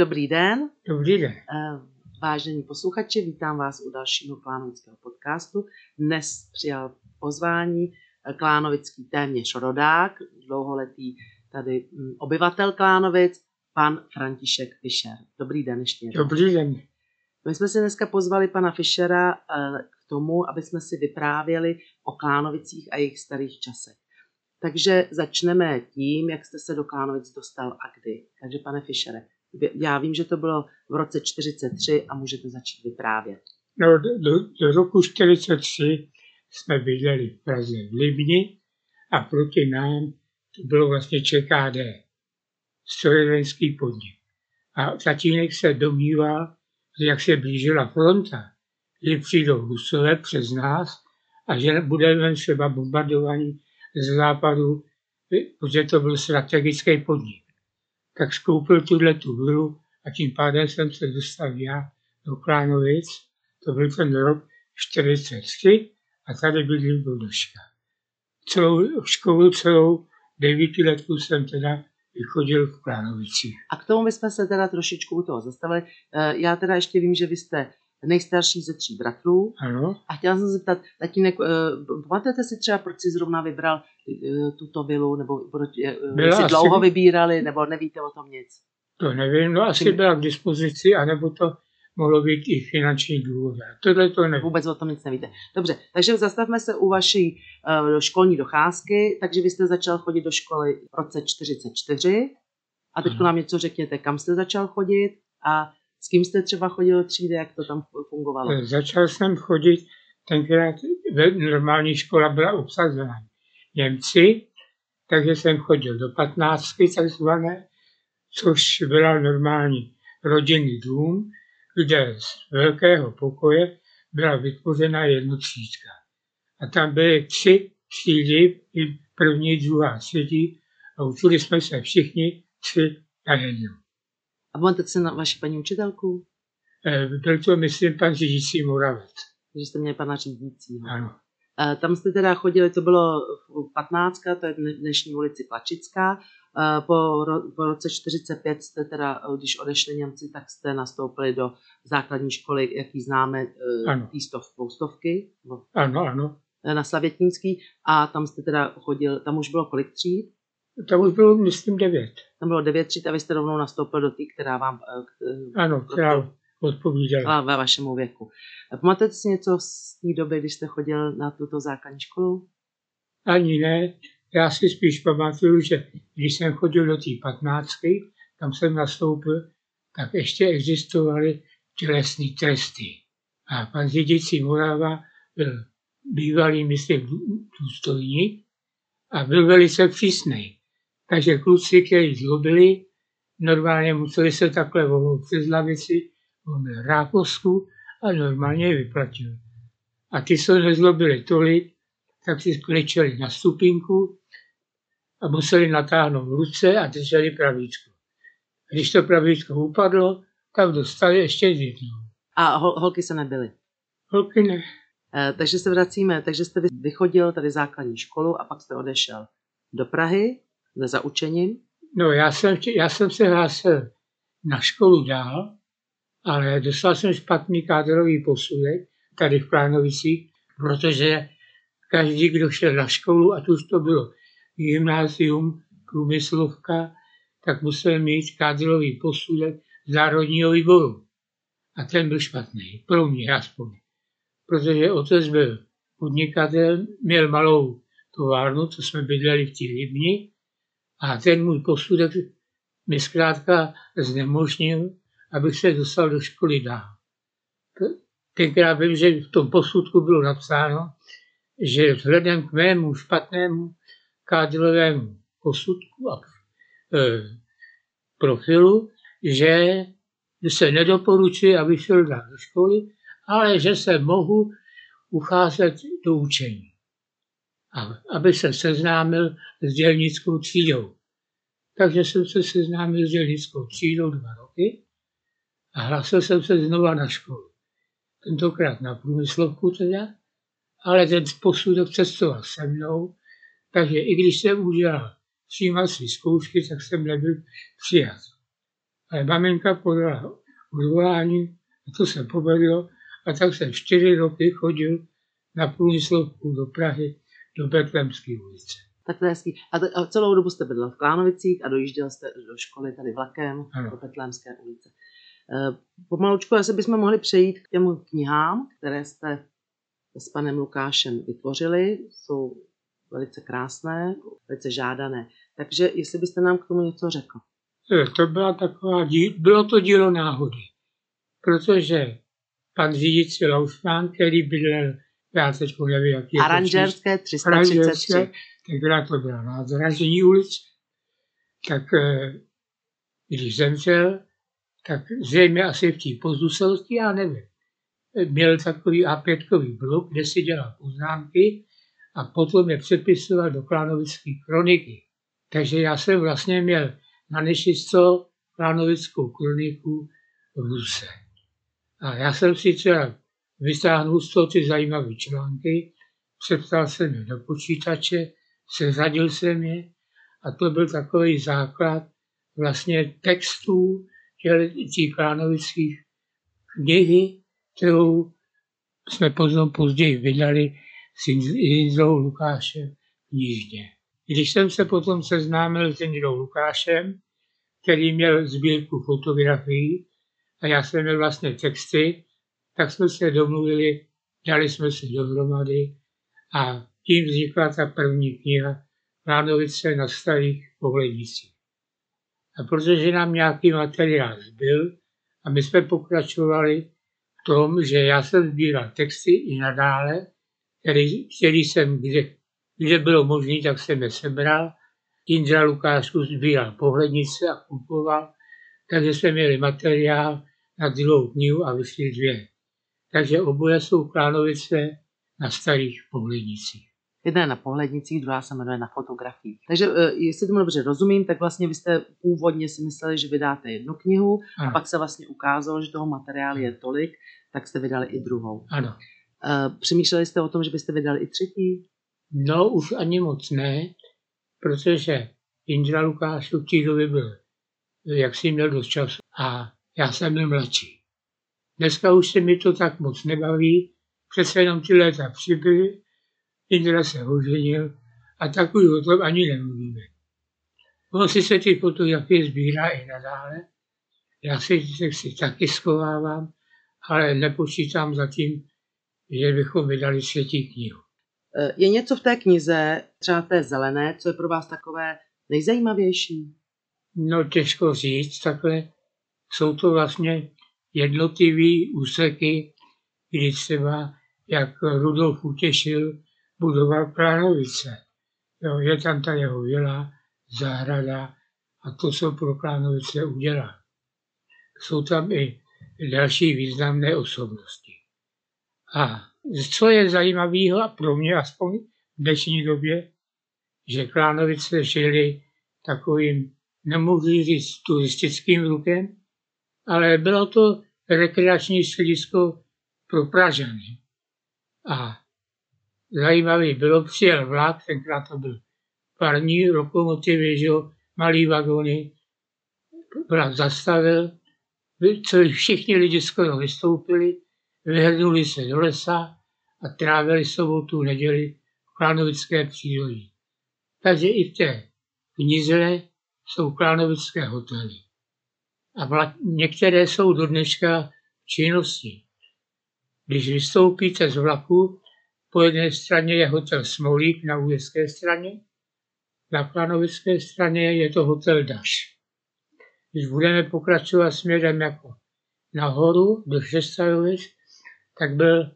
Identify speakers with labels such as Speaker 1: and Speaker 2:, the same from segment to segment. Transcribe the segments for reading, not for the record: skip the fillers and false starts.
Speaker 1: Dobrý den.
Speaker 2: Dobrý den.
Speaker 1: Vážení posluchači, vítám vás u dalšího klánovického podcastu. Dnes přijal pozvání klánovický téměř rodák, dlouholetý tady obyvatel Klánovic, pan František Fischer. Dobrý den ještě jednou.
Speaker 2: Dobrý den.
Speaker 1: My jsme si dneska pozvali pana Fischera k tomu, aby jsme si vyprávěli o Klánovicích a jejich starých časech. Takže začneme tím, jak jste se do Klánovic dostal a kdy. Takže pane Fischere, já vím, že to bylo v roce 1943 a můžete začít vyprávět.
Speaker 2: No, do roku 1943 jsme bydleli v Praze v Libni a proti nám to bylo vlastně ČKD, strojírenský podnik. A tatínek se domníval, že jak se blížila fronta, že přijdou Rusové přes nás a že budeme třeba bombardovaní ze západu, protože to byl strategický podnik. Tak skoupil tu vilu a tím pádem jsem se dostal já do Klánovic. To byl ten rok 1943 a tady bydlím do dneška. Celou 9letku jsem teda vychodil v Klánovicích.
Speaker 1: A k tomu bychom se teda trošičku u toho zastavili. Já teda ještě vím, že vy jste nejstarší ze 3 bratrů.
Speaker 2: Ano.
Speaker 1: A chtěla jsem se zeptat, tatínek, pamatujete si třeba, proč si zrovna vybral tuto vilu, nebo si dlouho vybírali, nebo nevíte o tom nic?
Speaker 2: To nevím, no asi byla k dispozici, anebo to mohlo být i finanční důvod. Tohle to nevím.
Speaker 1: Vůbec o tom nic nevíte. Dobře, takže zastavme se u vaší školní docházky, takže vy jste začal chodit do školy v roce 1944 a teď nám něco řekněte, kam jste začal chodit a s kým jste třeba chodil do třídy, jak to tam fungovalo?
Speaker 2: Začal jsem chodit, tenkrát normální škola byla obsazená Němci, takže jsem chodil do 15 takzvané, což byla normální rodinný dům, kde z velkého pokoje byla vytvořena jednotřídka. A tam byly 3 třídy, první, druhá, třetí, a učili jsme se všichni 3 na jednu.
Speaker 1: A pamatujete se na vaši paní učitelku?
Speaker 2: Byl to, myslím, pan řídící Moravec.
Speaker 1: Takže jste měli pana řídícího.
Speaker 2: Ano.
Speaker 1: Tam jste teda chodili, to bylo 15, to je dnešní ulici Plačická. Po roce 45 jste teda, když odešli Němci, tak jste nastoupili do základní školy, jaký známe, Spoustovky.
Speaker 2: Ano.
Speaker 1: Na Slavětínský. A tam jste teda chodil, tam už bylo kolik tříd?
Speaker 2: Tam už bylo, myslím, 9.
Speaker 1: Tam bylo 9 tříd a vy jste rovnou nastoupil do té, která vám...
Speaker 2: která odpovídala.
Speaker 1: Ve vašemu věku. Pamatujete si něco z té doby, když jste chodil na tuto základní školu?
Speaker 2: Ani ne. Já si spíš pamatuju, že když jsem chodil do té 15, tam jsem nastoupil, tak ještě existovaly tělesné tresty. A pan řídící Morava byl bývalý, myslím, důstojník a byl velice přísnej. Takže kluci, kteří zlobili, normálně museli se takhle vohnout přes lavici, měl rákovsku a normálně je vyplatil. A ty, co nezlobili tolik, tak si klečeli na stupínku a museli natáhnout ruce a drželi pravíčko. Když to pravíčko upadlo, tak dostali ještě jednou.
Speaker 1: A holky se nebyly?
Speaker 2: Holky ne.
Speaker 1: Takže se vracíme, takže jste vychodil tady základní školu a pak jste odešel do Prahy za učením?
Speaker 2: No, já jsem se hlásil na školu dál, ale dostal jsem špatný kádrový posudek tady v Klánovicích, protože každý, kdo šel na školu, a už to bylo gymnázium, průmyslovka, tak musel mít kádrový posudek z Národního výboru. A ten byl špatný, pro mě aspoň. Protože otec byl podnikatel, měl malou továrnu, co jsme bydleli v té Libni, a ten můj posudek mi zkrátka znemožnil, abych se dostal do školy dál. Tenkrát vím, že v tom posudku bylo napsáno, že vzhledem k mému špatnému kádrovému posudku a profilu, že se nedoporučuje, abych šel dál do školy, ale že se mohu ucházet do učení. A aby se seznámil s dělnickou třídou. Takže jsem se seznámil s dělnickou třídou 2 roky a hlásil jsem se znova na školu. Tentokrát na průmyslovku teda, ale ten posudek cestoval se mnou, takže i když jsem udělal přijímací zkoušky, tak jsem nebyl přijat. Ale maminka podala odvolání, a to se povedlo, a tak jsem 4 roky chodil na průmyslovku do Prahy, do Betlémské ulice.
Speaker 1: Tak to je hezký. A celou dobu jste bydlel v Klánovicích a dojížděl jste do školy tady vlakem do Betlémské ulice. Pomalučku asi bychom mohli přejít k těm knihám, které jste s panem Lukášem vytvořili. Jsou velice krásné, velice žádané. Takže jestli byste nám k tomu něco řekl.
Speaker 2: To byla bylo to dílo náhody, protože pan řídící Lausmann, který bydlel, já teď nevím, jak je
Speaker 1: Aranžerské 333.
Speaker 2: Tenkrát to byla nádražní ulic, tak když zemřel, tak zřejmě asi v té pozůstalosti, já nevím. Měl takový A5 blok, kde si dělal poznámky a potom je přepisoval do Klánovické kroniky. Takže já jsem vlastně měl na nešisto Klánovickou kroniku v ruce. A já jsem si třeba vytáhnul z toho ty zajímavé články, přepsal jsem je do počítače, seřadil jsem je a to byl takový základ vlastně textů těch klánovických knihy, kterou jsme později vydali s Jindrou Lukášem v knižně. Když jsem se potom seznámil s Jindrou Lukášem, který měl sbírku fotografií a já jsem měl vlastně texty, tak jsme se domluvili, dali jsme se dohromady a tím vznikla ta první kniha Klánovice na starých pohlednicích. A protože nám nějaký materiál zbyl a my jsme pokračovali v tom, že já jsem sbíral texty i nadále, který jsem, kde bylo možné, tak jsem je sebral. Jindra Lukášku sbíral pohlednice a kupoval, takže jsme měli materiál na druhou knihu a vyšly 2. Takže oboje jsou Klánovice na starých pohlednicích.
Speaker 1: Jedna je na pohlednicích, druhá se jmenuje na fotografiích. Takže jestli tomu dobře rozumím, tak vlastně vy jste původně si mysleli, že vydáte jednu knihu a pak se vlastně ukázalo, že toho materiálu je tolik, tak jste vydali i druhou.
Speaker 2: Ano.
Speaker 1: Přemýšleli jste o tom, že byste vydali i třetí?
Speaker 2: No, už ani moc ne, protože Jindra Lukášů v té době byl, jak si měl dost času a já jsem byl mladší. Dneska už se mi to tak moc nebaví, přece jenom ty léta přibyly, Jindra se oženil a tak už o tom ani nemluvíme. On si se ty fotografie sbírá i nadále, já si taky schovávám, ale nepočítám zatím, že bychom vydali třetí knihu.
Speaker 1: Je něco v té knize, třeba té zelené, co je pro vás takové nejzajímavější?
Speaker 2: No těžko říct, takhle jsou to vlastně jednotlivý úseky, kdy třeba jak Rudolf Utěšil budoval Klánovice. Jo, je tam ta jeho vila, zahrada a to, co pro Klánovice udělal. Jsou tam i další významné osobnosti. A co je zajímavého, a pro mě aspoň v dnešní době, že Klánovice žili takovým, nemůžu říct turistickým rukem, ale bylo to rekreační středisko pro Pražany. A zajímavý bylo, přijel vlak, tenkrát to byl parní lokomotivy, že jo, malý vagony, vlak zastavil, všichni lidi skoro vystoupili, vyhrnuli se do lesa a trávili sobotu, neděli v klánovické přírodě. Takže i v té knize jsou klánovické hotely. A některé jsou do dneška v činnosti. Když vystoupíte z vlaku, po jedné straně je hotel Smolík na újezdské straně, na klanovické straně je to hotel Daš. Když budeme pokračovat směrem jako nahoru do Šestajovic, tak byl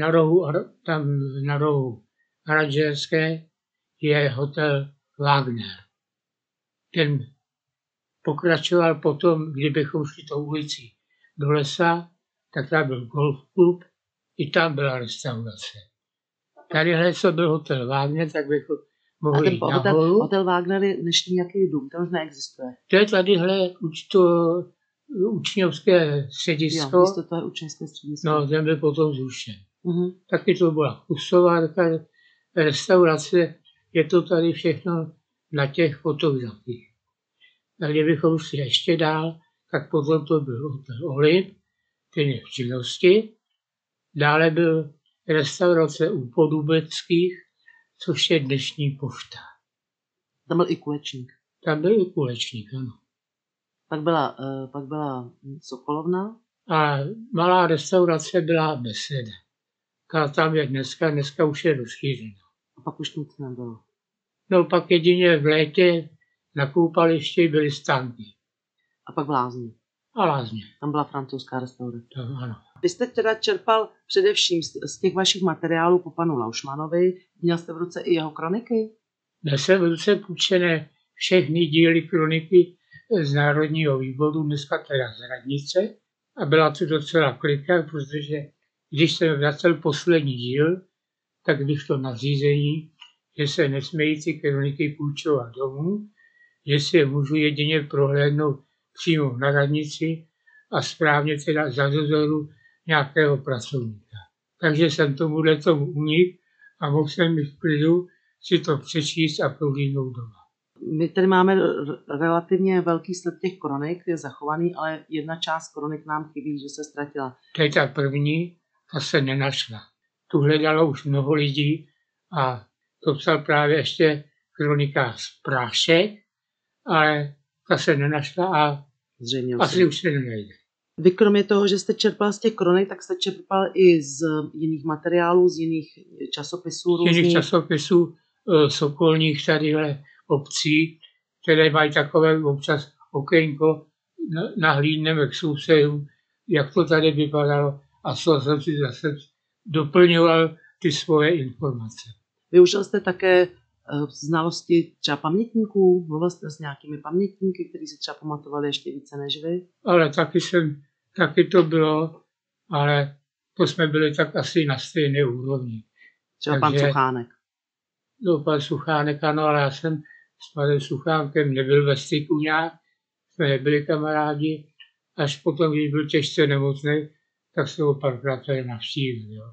Speaker 2: na rohu Aranžerské je hotel Wagner. Ten pokračoval potom, kdybychom šli tou ulicí do lesa, tak tam byl golfklub, i tam byla restaurace. Tadyhle, co byl hotel Wagner, tak bychom mohli jít nahoru.
Speaker 1: Hotel Wagner je dnešní jaký dům, to už neexistuje.
Speaker 2: To je tadyhle učňovské středisko.
Speaker 1: Jo, to je učňovské středisko.
Speaker 2: No, ten byl potom zrušen. Taky to byla kusová restaurace, je to tady všechno na těch fotografiích. A kdybychom šli ještě dál, tak potom to byl hotel Olymp, ten je v činnosti. Dále byl restaurace u Podubeckých, což je dnešní pošta.
Speaker 1: Tam byl i Kulečník.
Speaker 2: Tam byl i Kulečník, ano.
Speaker 1: Pak byla Sokolovna.
Speaker 2: A malá restaurace byla Beseda. Ta tam je dneska už je rozšířena.
Speaker 1: A pak už nic nebylo.
Speaker 2: No pak jedině v létě na koupališti byly stánky.
Speaker 1: A pak v Lázně.
Speaker 2: A Lázně.
Speaker 1: Tam byla francouzská restaurace.
Speaker 2: To, ano.
Speaker 1: Vy jste teda čerpal především z těch vašich materiálů po panu Laušmanovi. Měl jste v ruce i jeho kroniky?
Speaker 2: Měl jsem v ruce půjčené všechny díly kroniky z Národního výboru, dneska teda z radnice. A byla to docela klika, protože když jsem vracel poslední díl, tak bych to nařízení, že se nesmějí ty kroniky půjčovat domů, že si je můžu jedině prohlédnout přímo na radnici a správně teda za dozoru nějakého pracovníka. Takže jsem tomuhle tomu unik a mohl jsem v klidu si to přečíst a prohlídnout doma.
Speaker 1: My tady máme relativně velký sled těch kronik, je zachovaný, ale jedna část kronik nám chybí, že se ztratila.
Speaker 2: To je ta první, ta se nenašla. Tu hledalo už mnoho lidí a to psal právě ještě kronikář Prášek, ale ta se nenašla a
Speaker 1: Zřejmě
Speaker 2: asi už se nenajde.
Speaker 1: Vy kromě toho, že jste čerpal z těch kronik, tak jste čerpal i z jiných materiálů, z jiných časopisů různých.
Speaker 2: Z jiných časopisů sokolních tadyhle obcí, které mají takové občas okénko, nahlídneme k sousedům, jak to tady vypadalo a co jsem si zase doplňoval ty svoje informace.
Speaker 1: Využil jste také znalosti třeba pamětníků? Mluvil jste s nějakými pamětníky, kteří si třeba pamatovali ještě více než vy?
Speaker 2: Ale taky to bylo, ale to jsme byli tak asi na stejné úrovni.
Speaker 1: Třeba pan Suchánek.
Speaker 2: No, pan Suchánek, ano, ale já jsem s panem Suchánkem nebyl ve styku nějak, jsme nebyli kamarádi, až potom, když byl těžce nemocný, tak jsem ho párkrát tady navštívil. Jo.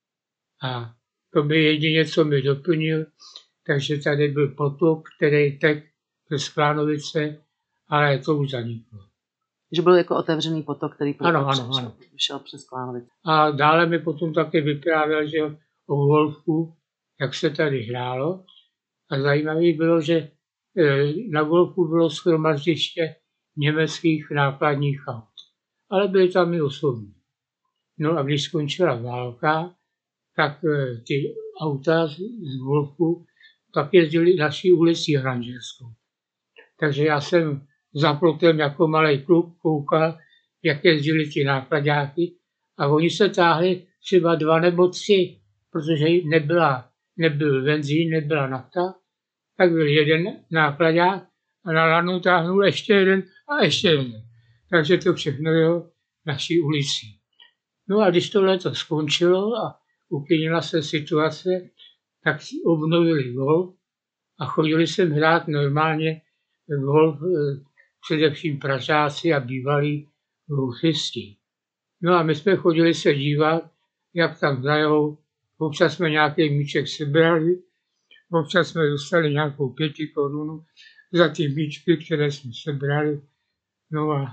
Speaker 2: A to by jedině, co mi doplnil, takže tady byl potok, který tek přes Klánovice, ale to už zaniklo.
Speaker 1: Že byl jako otevřený potok, který
Speaker 2: ano.
Speaker 1: šel přes Klánovice.
Speaker 2: A dále mi potom taky vyprávěl, že o golfu, jak se tady hrálo. A zajímavé bylo, že na golfu bylo shromaždiště německých nákladních aut. Ale byly tam i osobní. No a když skončila válka, tak ty auta z golfu tak jezdili naší ulicí Hranžerskou. Takže já jsem za plotem jako malý kluk koukal, jak jezdili ty nákladáky a oni se táhli třeba 2 nebo 3, protože nebyl benzín, nebyla nafta, tak byl jeden nákladák a na lanu táhnul ještě jeden a ještě jeden. Takže to všechno bylo naší ulicí. No a když tohle to skončilo a uklidnila se situace, tak si obnovili golf a chodili sem hrát normálně golf, především Pražáci a bývalí golfisti. No a my jsme chodili se dívat, jak tam hrajou. Občas jsme nějaký míček sebrali, občas jsme dostali nějakou 5 korunu za ty míčky, které jsme sebrali. No a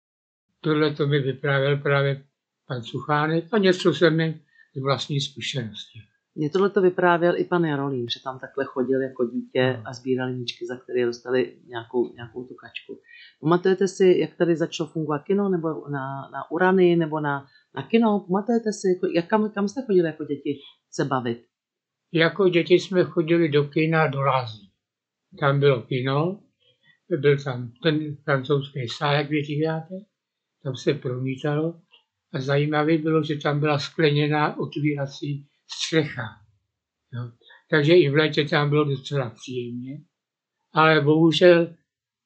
Speaker 2: tohle to mi vyprávěl právě pan Suchánek a něco jsem měl z vlastní zkušenosti.
Speaker 1: Mně tohle to vyprávěl i pan Jarolím, že tam takhle chodil jako dítě a sbírali míčky, za které dostali nějakou tu kačku. Pamatujete si, jak tady začalo fungovat kino, nebo na Urany, nebo na kino? Pamatujete si, kam jste chodili jako děti se bavit?
Speaker 2: Jako děti jsme chodili do kina do Lázní. Tam bylo kino, byl tam ten francouzský sál, jak vy říkáte, tam se promítalo a zajímavé bylo, že tam byla skleněná otvírací střecha. Jo. Takže i v létě tam bylo docela příjemně, ale bohužel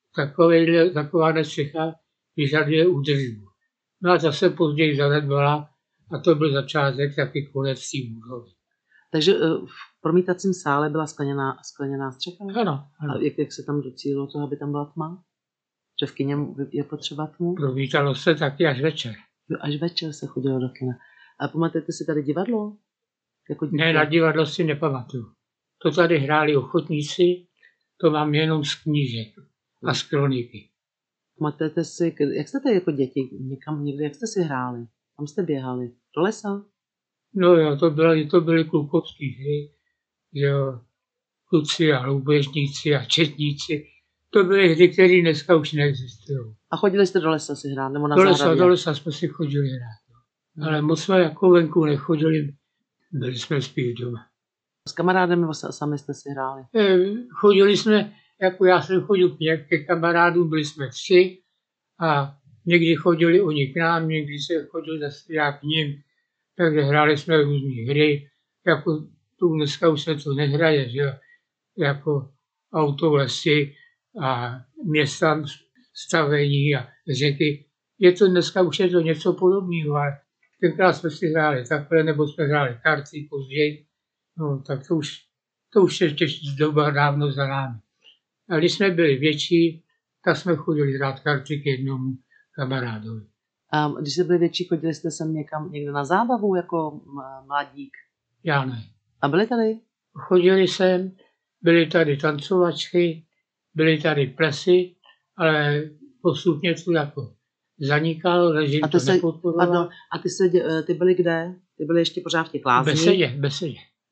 Speaker 2: taková střecha vyžaduje údržbu. No a zase později zanedbala a to byl začátek taky konec té budovy.
Speaker 1: Takže v promítacím sále byla skleněná střecha?
Speaker 2: Ano.
Speaker 1: A jak se tam docílilo toho, aby tam byla tma? Že v kině je potřeba tmu?
Speaker 2: Promítalo se taky až večer.
Speaker 1: Až večer se chodilo do kina. A pamatujete si tady divadlo? Jako
Speaker 2: ne, na divadlo si nepamatuju. To tady hráli ochotníci, to mám jenom z knížek a z kroniky.
Speaker 1: Pamatujete si, jak jste tady jako děti někam někdy, jak jste si hráli? Kam jste běhali? Do lesa?
Speaker 2: No jo, to byly klukovské hry, že jo, kluci a loupežníci a četníci. To byly hry, které dneska už neexistují.
Speaker 1: A chodili jste do lesa si hrát, nebo na
Speaker 2: Do lesa jsme si chodili hrát. Ale moc jsme jako venku nechodili, byli jsme spíš doma.
Speaker 1: S kamarádem nebo sami jste si hráli?
Speaker 2: Chodili jsme, jako já jsem chodil ke kamarádům, byli jsme 3 a někdy chodili oni k nám, někdy se chodili zase já k ním, takže hráli jsme různé hry, jako tu dneska už se to nehraje, že jo, jako auto, lesy a města stavení a řeky. Je to dneska už je to něco podobného, ale tenkrát jsme si hráli takhle, nebo jsme hráli karty později, no tak to už je těžší doba dávno za námi. A když jsme byli větší, tak jsme chodili hrát karty k jednomu kamarádovi.
Speaker 1: A když jste byli větší, chodili jste sem někde na zábavu jako mladík?
Speaker 2: Já ne.
Speaker 1: A byli tady?
Speaker 2: Chodili sem, byly tady tancovačky, byly tady plesy, ale postupně to jako zanikalo, režim to nepodporoval.
Speaker 1: A ty byli kde? Ty byli ještě pořád v těch lázních?
Speaker 2: Besedě.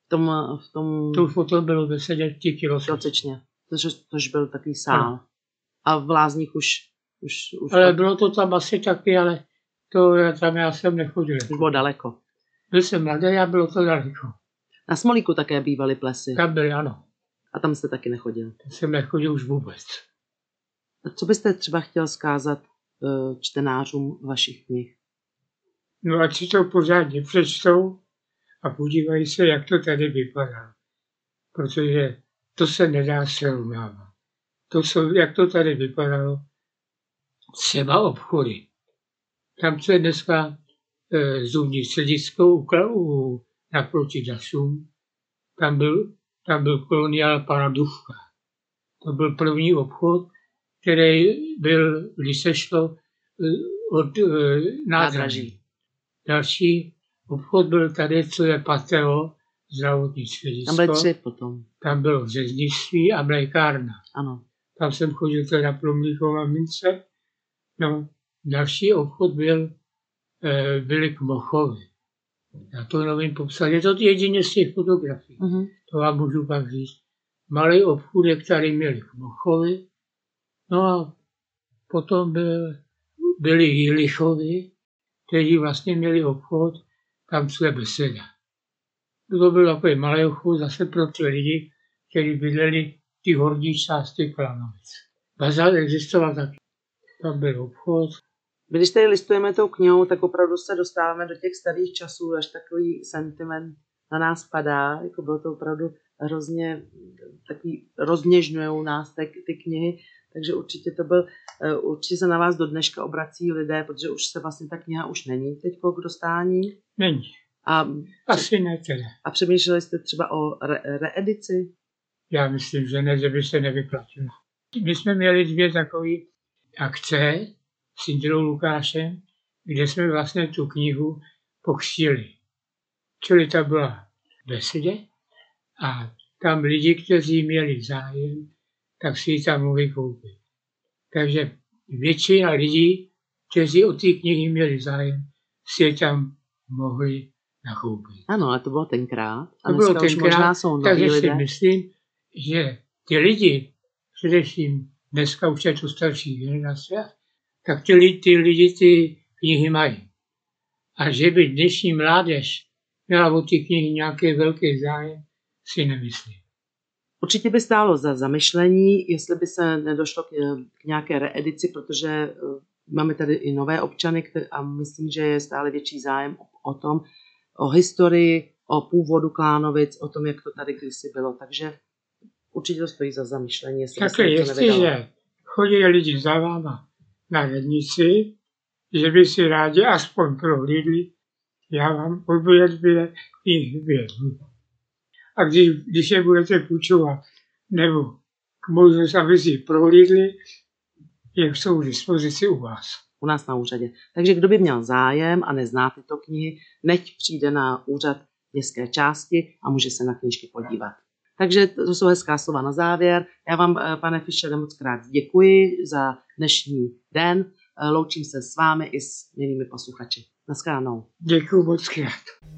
Speaker 1: V tom...
Speaker 2: To už potom bylo v Besedě v těch
Speaker 1: Tělocvičně. Tož byl takový sál. No. A v lázních už
Speaker 2: ale bylo to tam asi taky, ale tam já jsem nechodil.
Speaker 1: Už bylo daleko.
Speaker 2: Byl jsem mladý a bylo to daleko.
Speaker 1: Na Smolíku také bývaly plesy.
Speaker 2: Tam byly, ano.
Speaker 1: A tam jste taky nechodil?
Speaker 2: Tam jsem nechodil už vůbec.
Speaker 1: A co byste třeba chtěl vzkázat čtenářům vašich knih?
Speaker 2: No ať si to pořádně přečtou a podívají se, jak to tady vypadá. Protože to se nedá srovnávat. Jak to tady vypadalo, třeba obchody. Tam, co je dneska zubní středisko naproti Dasům, tam byl koloniál pana Dufka. To byl první obchod, který byl, když se šlo od nádraží. Další obchod byl tady, co je Pateo, zdravotní středisko.
Speaker 1: Tam byly 3 potom.
Speaker 2: Tam bylo řeznictví a mlékárna.
Speaker 1: Ano.
Speaker 2: Tam jsem chodil teda pro mlíko a mince. No, další obchod byly Kmochovi. Já to nevím popsat. Je to jedině z těch fotografií. To vám můžu pak říct. Malý obchůdek tady měli Kmochovi. No a potom byli Jilichovi, kteří vlastně měli obchod tam, co je Beseda. To byl takový malý obchod zase pro ty lidi, kteří bydleli ty horní části Klanovic. Bazar existoval taky. Tam byl obchod.
Speaker 1: Když tady listujeme tou knihou, tak opravdu se dostáváme do těch starých časů, až takový sentiment na nás padá. Jako bylo to opravdu hrozně takový, rozněžňujou nás ty knihy, takže určitě se na vás do dneška obrací lidé, protože už se vlastně ta kniha už není teď k dostání.
Speaker 2: Není. Asi ne teda.
Speaker 1: A přemýšleli jste třeba o reedici?
Speaker 2: Já myslím, že ne, že by se nevyplatilo. My jsme měli 2 takové akce s Jindrou Lukášem, kde jsme vlastně tu knihu pokřtili. Čili ta byla v Besedě a tam lidi, kteří měli zájem, tak si ji tam mohli koupit. Takže většina lidí, kteří o té knihy měli zájem, si je tam mohli nakoupit.
Speaker 1: Ano, ale to bylo tenkrát.
Speaker 2: A dneska už možná jsou noví lidé. Takže si myslím, že ty lidi, především dneska už je to starší generace, tak ty lidi ty knihy mají. A že by dnešní mládež měla o ty knihy nějaký velký zájem, si nemyslím.
Speaker 1: Určitě by stálo za zamyšlení, jestli by se nedošlo k nějaké reedici, protože máme tady i nové občany a myslím, že je stále větší zájem o tom, o historii, o původu Klánovic, o tom, jak to tady kdysi bylo. Takže určitě to stojí za zamyšlení.
Speaker 2: Takhle, jestliže chodí lidi za váma na radnici, že by si rádi aspoň prohlídli, já vám obě 2 knihy vědnu. A když je budete půjčovat, nebo k možnost, aby si prohlídli, jak jsou k dispozici u vás.
Speaker 1: U nás na úřadě. Takže kdo by měl zájem a nezná tyto knihy, nechť přijde na úřad městské části a může se na knížky podívat. Takže to jsou hezká slova na závěr. Já vám, pane Fischere, moc krát děkuji za dnešní den. Loučím se s vámi i s milými posluchači. Naschledanou.
Speaker 2: Děkuji moc krát.